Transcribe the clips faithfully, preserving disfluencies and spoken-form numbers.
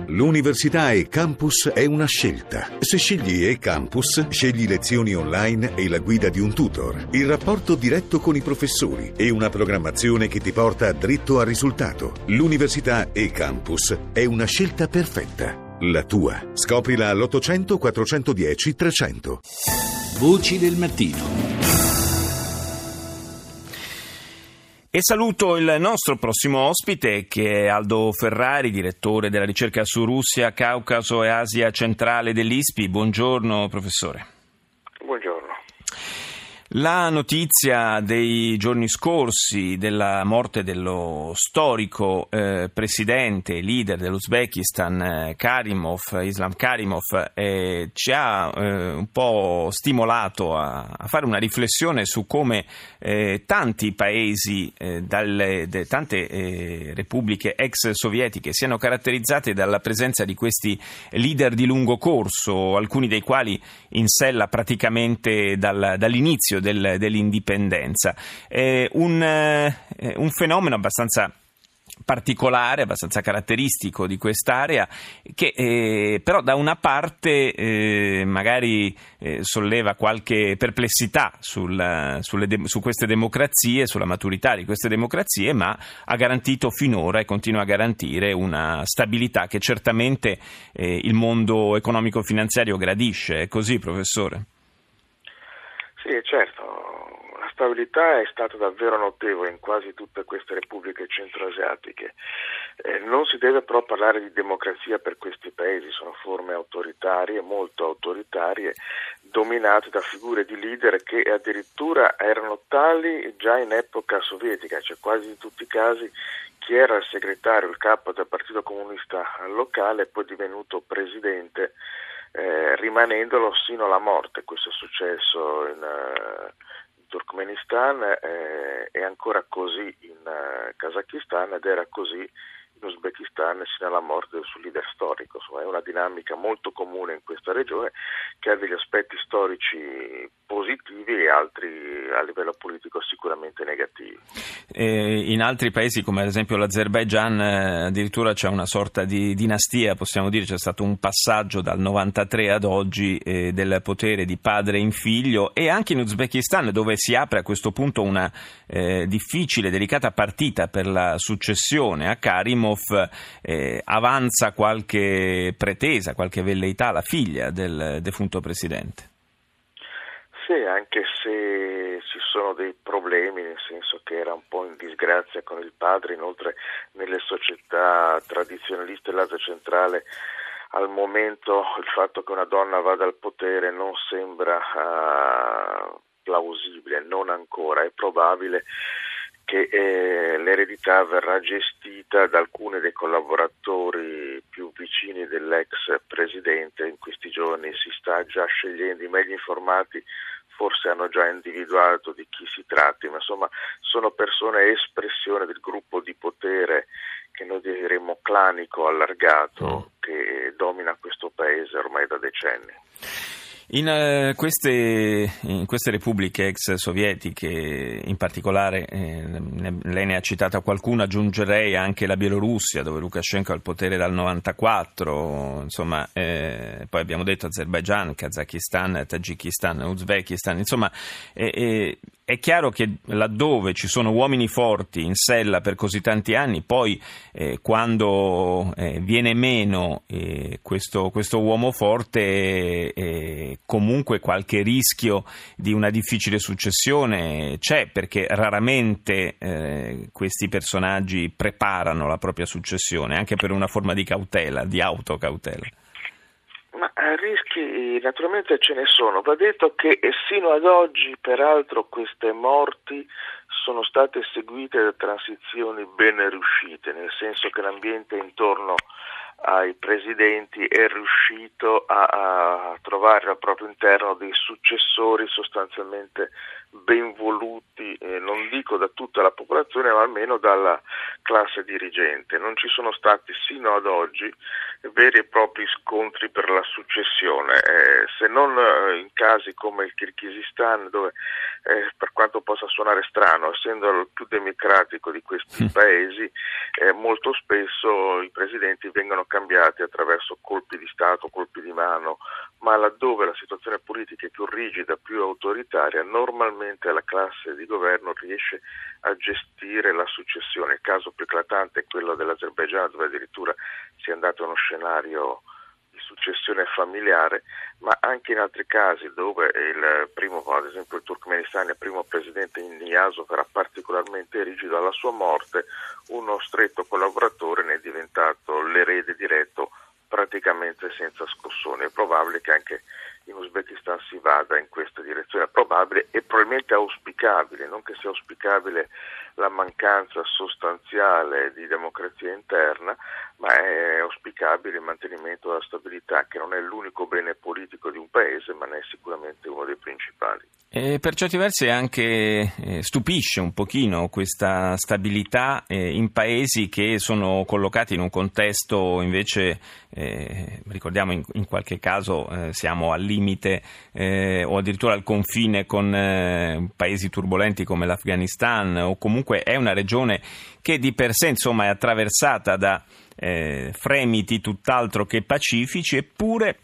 L'università e-Campus è una scelta. Se scegli e-Campus, scegli lezioni online e la guida di un tutor, il rapporto diretto con i professori e una programmazione che ti porta dritto al risultato. L'università e-Campus è una scelta perfetta. La tua. Scoprila all'ottocento quattrocentodieci trecento. Voci del mattino. E saluto il nostro prossimo ospite, che è Aldo Ferrari, direttore della ricerca su Russia, Caucaso e Asia centrale dell'I S P I. Buongiorno professore. Buongiorno. La notizia dei giorni scorsi della morte dello storico eh, presidente, leader dell'Uzbekistan, eh, Karimov, Islam Karimov, eh, ci ha eh, un po' stimolato a, a fare una riflessione su come eh, tanti paesi, eh, dalle, de, tante eh, repubbliche ex sovietiche siano caratterizzate dalla presenza di questi leader di lungo corso, alcuni dei quali in sella praticamente dal, dall'inizio Del, dell'indipendenza. È un, eh, un fenomeno abbastanza particolare, abbastanza caratteristico di quest'area, che eh, però da una parte eh, magari eh, solleva qualche perplessità sul, sulle de- su queste democrazie, sulla maturità di queste democrazie, ma ha garantito finora e continua a garantire una stabilità che certamente eh, il mondo economico-finanziario gradisce. È così, professore? Sì, certo, la stabilità è stata davvero notevole in quasi tutte queste repubbliche centroasiatiche. Eh, non si deve però parlare di democrazia per questi paesi, sono forme autoritarie, molto autoritarie, dominate da figure di leader che addirittura erano tali già in epoca sovietica, cioè quasi in tutti i casi chi era il segretario, il capo del Partito Comunista locale è poi divenuto presidente, Eh, rimanendolo sino alla morte. Questo è successo in, uh, in Turkmenistan, eh, è ancora così in uh, Kazakistan ed era così in Uzbekistan sino alla morte del suo leader storico. Insomma, è una dinamica molto comune in questa regione che ha degli aspetti storici positivi e altri a livello politico sicuramente negativi. Eh, in altri paesi come ad esempio l'Azerbaigian eh, addirittura c'è una sorta di dinastia, possiamo dire, c'è stato un passaggio dal novantatré ad oggi eh, del potere di padre in figlio, e anche in Uzbekistan, dove si apre a questo punto una eh, difficile, delicata partita per la successione a Karimov. Eh, avanza qualche pretesa, qualche velleità la figlia del defunto presidente. Sì, anche se ci sono dei problemi, nel senso che era un po' in disgrazia con il padre, inoltre nelle società tradizionaliste dell'Asia centrale al momento il fatto che una donna vada al potere non sembra uh, plausibile, non ancora, è probabile che eh, l'eredità verrà gestita da alcuni dei collaboratori più vicini dell'ex presidente. In questi giorni si sta già scegliendo, i meglio informati forse hanno già individuato di chi si tratti, ma insomma sono persone espressione del gruppo di potere che noi diremmo clanico allargato che domina questo paese ormai da decenni. In, uh, queste, in queste repubbliche ex sovietiche, in particolare, eh, ne, lei ne ha citata qualcuna, aggiungerei anche la Bielorussia, dove Lukashenko ha il potere dal novantaquattro, insomma, eh, poi abbiamo detto Azerbaigian, Kazakistan, Tagikistan, Uzbekistan, insomma, eh, eh, è chiaro che laddove ci sono uomini forti in sella per così tanti anni, poi eh, quando eh, viene meno eh, questo, questo uomo forte, eh, comunque qualche rischio di una difficile successione c'è, perché raramente eh, questi personaggi preparano la propria successione, anche per una forma di cautela, di autocautela. Ma rischi naturalmente ce ne sono. Va detto che sino ad oggi, peraltro, queste morti sono state seguite da transizioni ben riuscite, nel senso che l'ambiente intorno ai presidenti è riuscito a, a trovare al proprio interno dei successori sostanzialmente ben voluti, eh, non dico da tutta la popolazione, ma almeno dalla classe dirigente. Non ci sono stati sino ad oggi veri e propri scontri per la successione, eh, se non eh, in casi come il Kirghizistan, dove eh, per quanto possa suonare strano, essendo il più democratico di questi mm. paesi, eh, molto spesso i presidenti vengono cambiati attraverso colpi di Stato, colpi di mano, ma laddove la situazione politica è più rigida, più autoritaria, normalmente la classe di governo riesce a gestire la successione. Il caso più eclatante è quello dell'Azerbaigian, dove addirittura si è andato a uno scenario di successione familiare, ma anche in altri casi dove il primo, ad esempio il Turkmenistan, il primo presidente Niyazov era particolarmente rigido, alla sua morte uno stretto collaboratore ne è diventato l'erede diretto praticamente senza scossoni. È probabile che anche in Uzbekistan si vada in questa direzione, è probabile e probabilmente auspicabile, non che sia auspicabile la mancanza sostanziale di democrazia interna, ma è auspicabile il mantenimento della stabilità, che non è l'unico bene politico di un paese, ma ne è sicuramente uno dei principali. E per certi versi anche eh, stupisce un pochino questa stabilità eh, in paesi che sono collocati in un contesto invece, eh, ricordiamo in, in qualche caso eh, siamo al limite eh, o addirittura al confine con eh, paesi turbolenti come l'Afghanistan, o comunque è una regione che di per sé insomma è attraversata da eh, fremiti tutt'altro che pacifici, eppure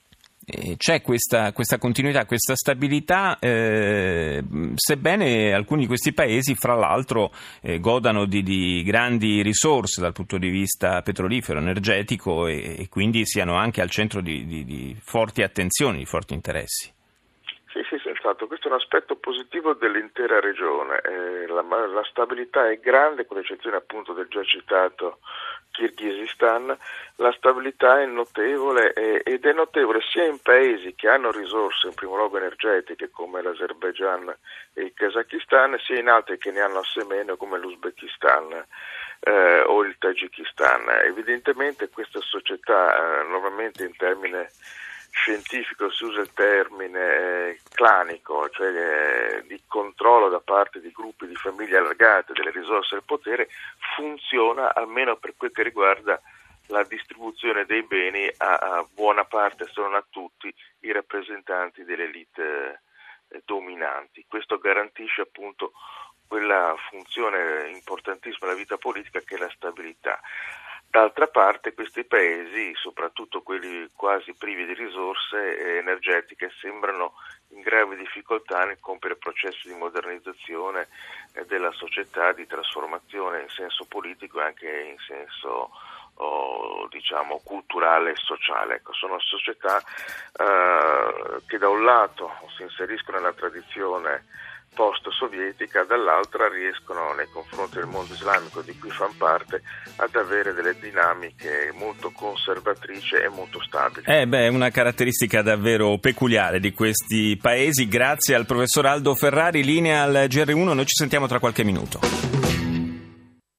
Eh, c'è questa, questa continuità, questa stabilità, eh, sebbene alcuni di questi paesi, fra l'altro, eh, godano di, di grandi risorse dal punto di vista petrolifero, energetico e, e quindi siano anche al centro di, di, di forti attenzioni, di forti interessi. Sì, sì, senz'altro. Questo è un aspetto positivo dell'intera regione. Eh, la, la stabilità è grande, con l'eccezione appunto del già citato Kirghizistan. La stabilità è notevole eh, ed è notevole sia in paesi che hanno risorse, in primo luogo energetiche, come l'Azerbaigian e il Kazakistan, sia in altri che ne hanno assai meno, come l'Uzbekistan eh, o il Tagikistan. Evidentemente queste società, eh, normalmente in termine scientifico si usa il termine eh, clanico, cioè eh, di controllo da parte di gruppi di famiglie allargate delle risorse e del potere, funziona almeno per quel che riguarda la distribuzione dei beni a, a buona parte, se non a tutti, i rappresentanti delle elite eh, dominanti. Questo garantisce appunto quella funzione importantissima della vita politica che è la stabilità. D'altra parte questi paesi, soprattutto quelli quasi privi di risorse energetiche, sembrano in grave difficoltà nel compiere processi di modernizzazione della società, di trasformazione in senso politico e anche in senso oh, diciamo culturale e sociale. Ecco, sono società eh, che da un lato si inseriscono nella tradizione post-sovietica, dall'altra riescono nei confronti del mondo islamico di cui fanno parte ad avere delle dinamiche molto conservatrici e molto stabili. Eh beh, è una caratteristica davvero peculiare di questi paesi. Grazie al professor Aldo Ferrari, linea al G R uno, noi ci sentiamo tra qualche minuto.